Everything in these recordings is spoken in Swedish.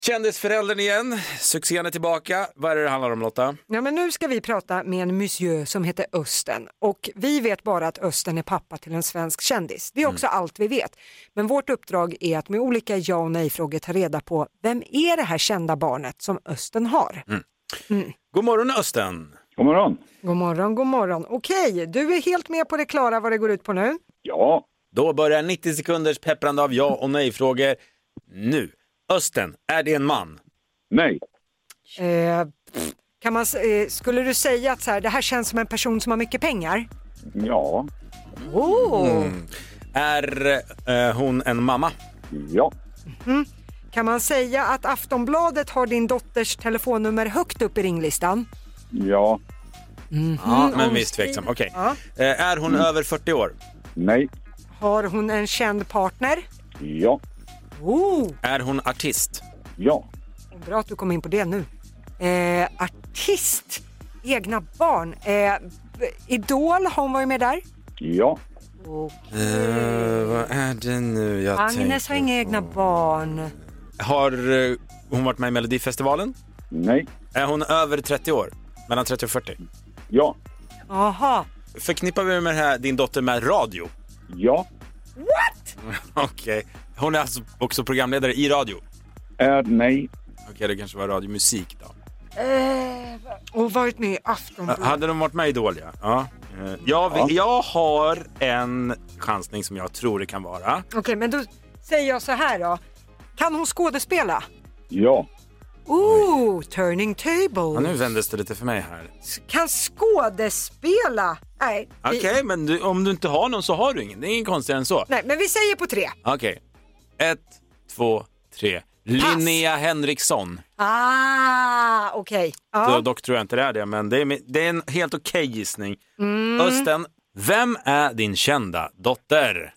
Kändisföräldern igen, succén är tillbaka. Vad är det handlar om, Lotta? Ja, men nu ska vi prata med en monsieur som heter Östen och vi vet bara att Östen är pappa till en svensk kändis. Det är också allt vi vet. Men vårt uppdrag är att med olika ja- och nej-frågor ta reda på vem är det här kända barnet som Östen har. God morgon, Östen. God morgon. God morgon, god morgon. Okej, du är helt med på det klara vad det går ut på nu? Ja, Då börjar 90 sekunders pepprande av ja- och nej-frågor nu. Östen, är det en man? nej, Skulle du säga att så här, det här känns som en person som har mycket pengar? ja, Är hon en mamma? ja, Kan man säga att Aftonbladet har din dotters telefonnummer högt upp i ringlistan? ja, Ja, men visst tveksam. Okej. Ja. Är hon över 40 år? nej, Har hon en känd partner? ja, Är hon artist? ja, Bra att du kom in på det nu. Artist, egna barn. Idol, har hon varit med där? ja, Vad är det nu jag Agnes har inga egna barn. Har hon varit med i Melodifestivalen? nej, Är hon över 30 år? Mellan 30 och 40? ja, Aha. Förknippar vi med det här, din dotter med radio? ja, Okej. Hon är alltså också programledare i radio? nej, Okej, det kanske var radiomusik då. Och varit med i Aftonbladet. Hade de varit med i Idol, ja. Jag har en chansning som jag tror det kan vara. Okej, men då säger jag så här då. Kan hon skådespela? ja, Turning Tables. Ja, nu vändes det lite för mig här. Kan skådespela? Nej. Okej, men om du inte har någon så har du ingen. Det är ingen konstigare än så. Nej, men vi säger på 3. Okej. 1, 2, 3. Linnea Henriksson. Okej. Ja. Dock tror jag inte det är det, men det är en helt okej gissning. Östen, vem är din kända dotter?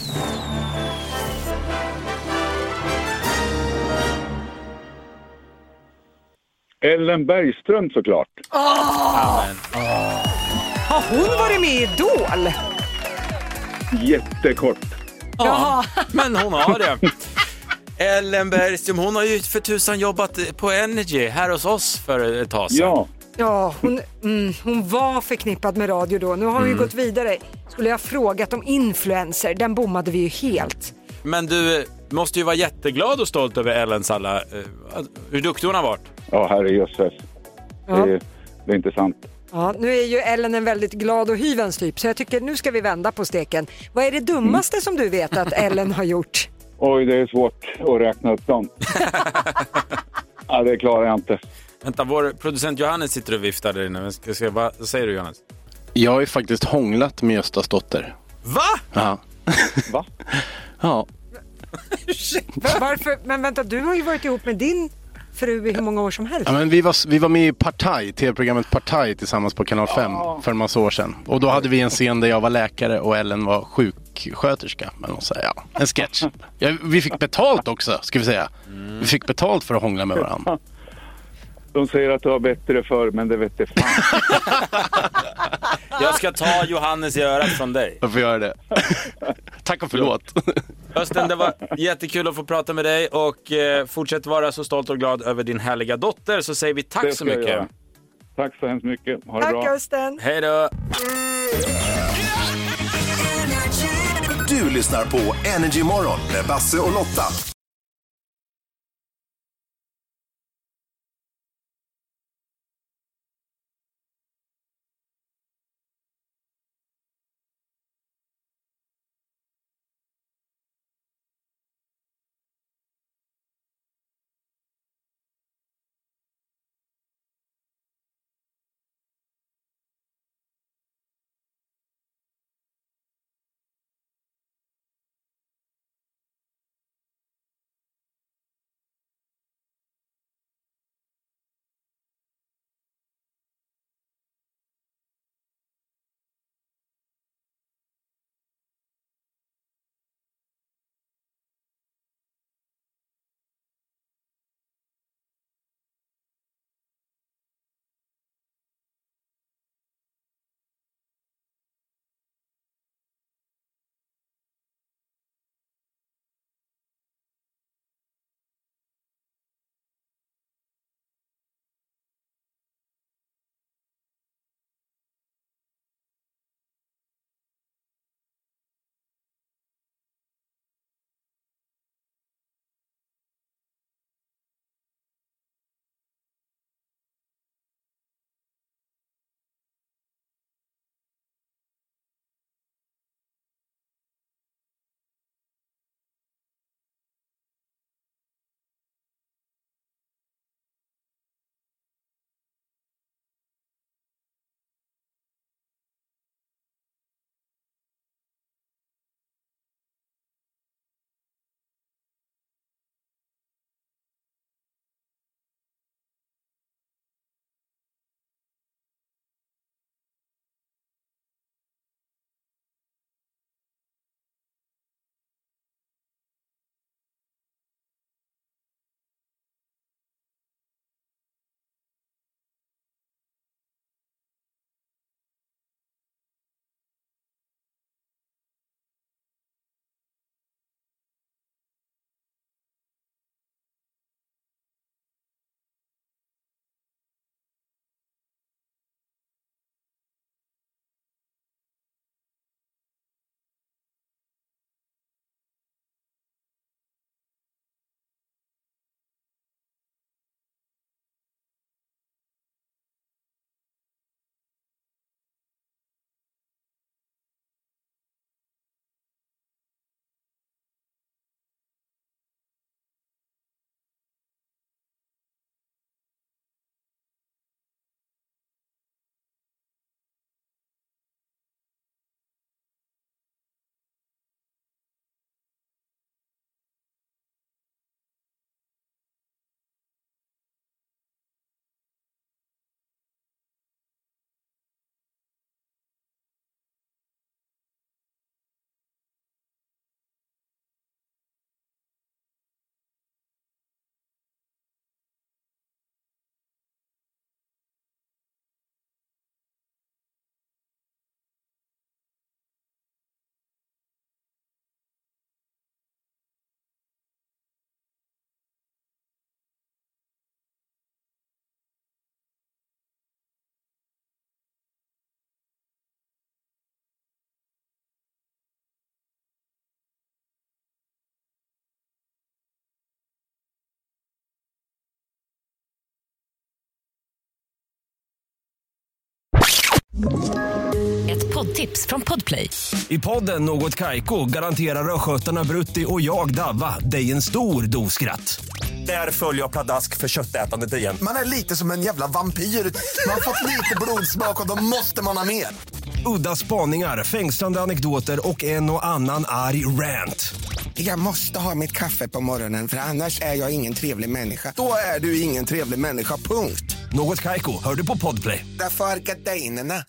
Ellen Bergström såklart. Amen. Har hon varit med i Idol? Jättekort. Ja, men hon har det. Ellen Bergström, hon har ju för tusan jobbat på Energy här hos oss för ett tag sedan. Ja, Ja, hon var förknippad med radio då. Nu har hon ju gått vidare. Skulle jag ha frågat om influencer, den bommade vi ju helt. Men du måste ju vara jätteglad och stolt över Ellens alla... hur duktig hon har varit. ja, herrejösses. Det är inte sant. Ja, nu är ju Ellen en väldigt glad och hyvens typ, så jag tycker nu ska vi vända på steken. Vad är det dummaste som du vet att Ellen har gjort? Oj, det är svårt att räkna upp dem. Ja, det klarar jag inte. Vänta, vår producent Johannes sitter och viftar där inne. Vad säger du, Johannes? Jag har ju faktiskt hånglat med Göstas dotter. Va? Ja. Va? Ja. Varför? Men vänta, du har ju varit ihop med din fru i hur många år som helst. Ja, men vi var med i Partaj, tv-programmet Partaj tillsammans på Kanal 5 för en massa år sedan. Och då hade vi en scen där jag var läkare och Ellen var sjuksköterska. Men hon sa, ja, en sketch. Ja, vi fick betalt också, ska vi säga. Vi fick betalt för att hångla med varandra. De säger att du har bättre för, men det vet jag fan. Jag ska ta Johannes i örat från dig. Jag får göra det. Tack och förlåt. Östen, det var jättekul att få prata med dig och fortsätt vara så stolt och glad över din härliga dotter, så säger vi tack Det så ska jag mycket. göra. Tack så hemskt mycket. Ha det Tack bra. Östen. Hej då. Du lyssnar på Energy Morgon med Basse och Lotta. Ett poddtips från Podplay. I podden Något Kaiko garanterar röskötarna Brutti och jag Davva dig en stor doskratt. Där följer jag pladask för köttätandet igen. Man är lite som en jävla vampyr. Man har fått lite blodsmak och då måste man ha mer. Udda spaningar, fängslande anekdoter och en och annan arg rant. Jag måste ha mitt kaffe på morgonen för annars är jag ingen trevlig människa. Då är du ingen trevlig människa, punkt. Något Kaiko, hör du på Podplay. Därför är gardinerna.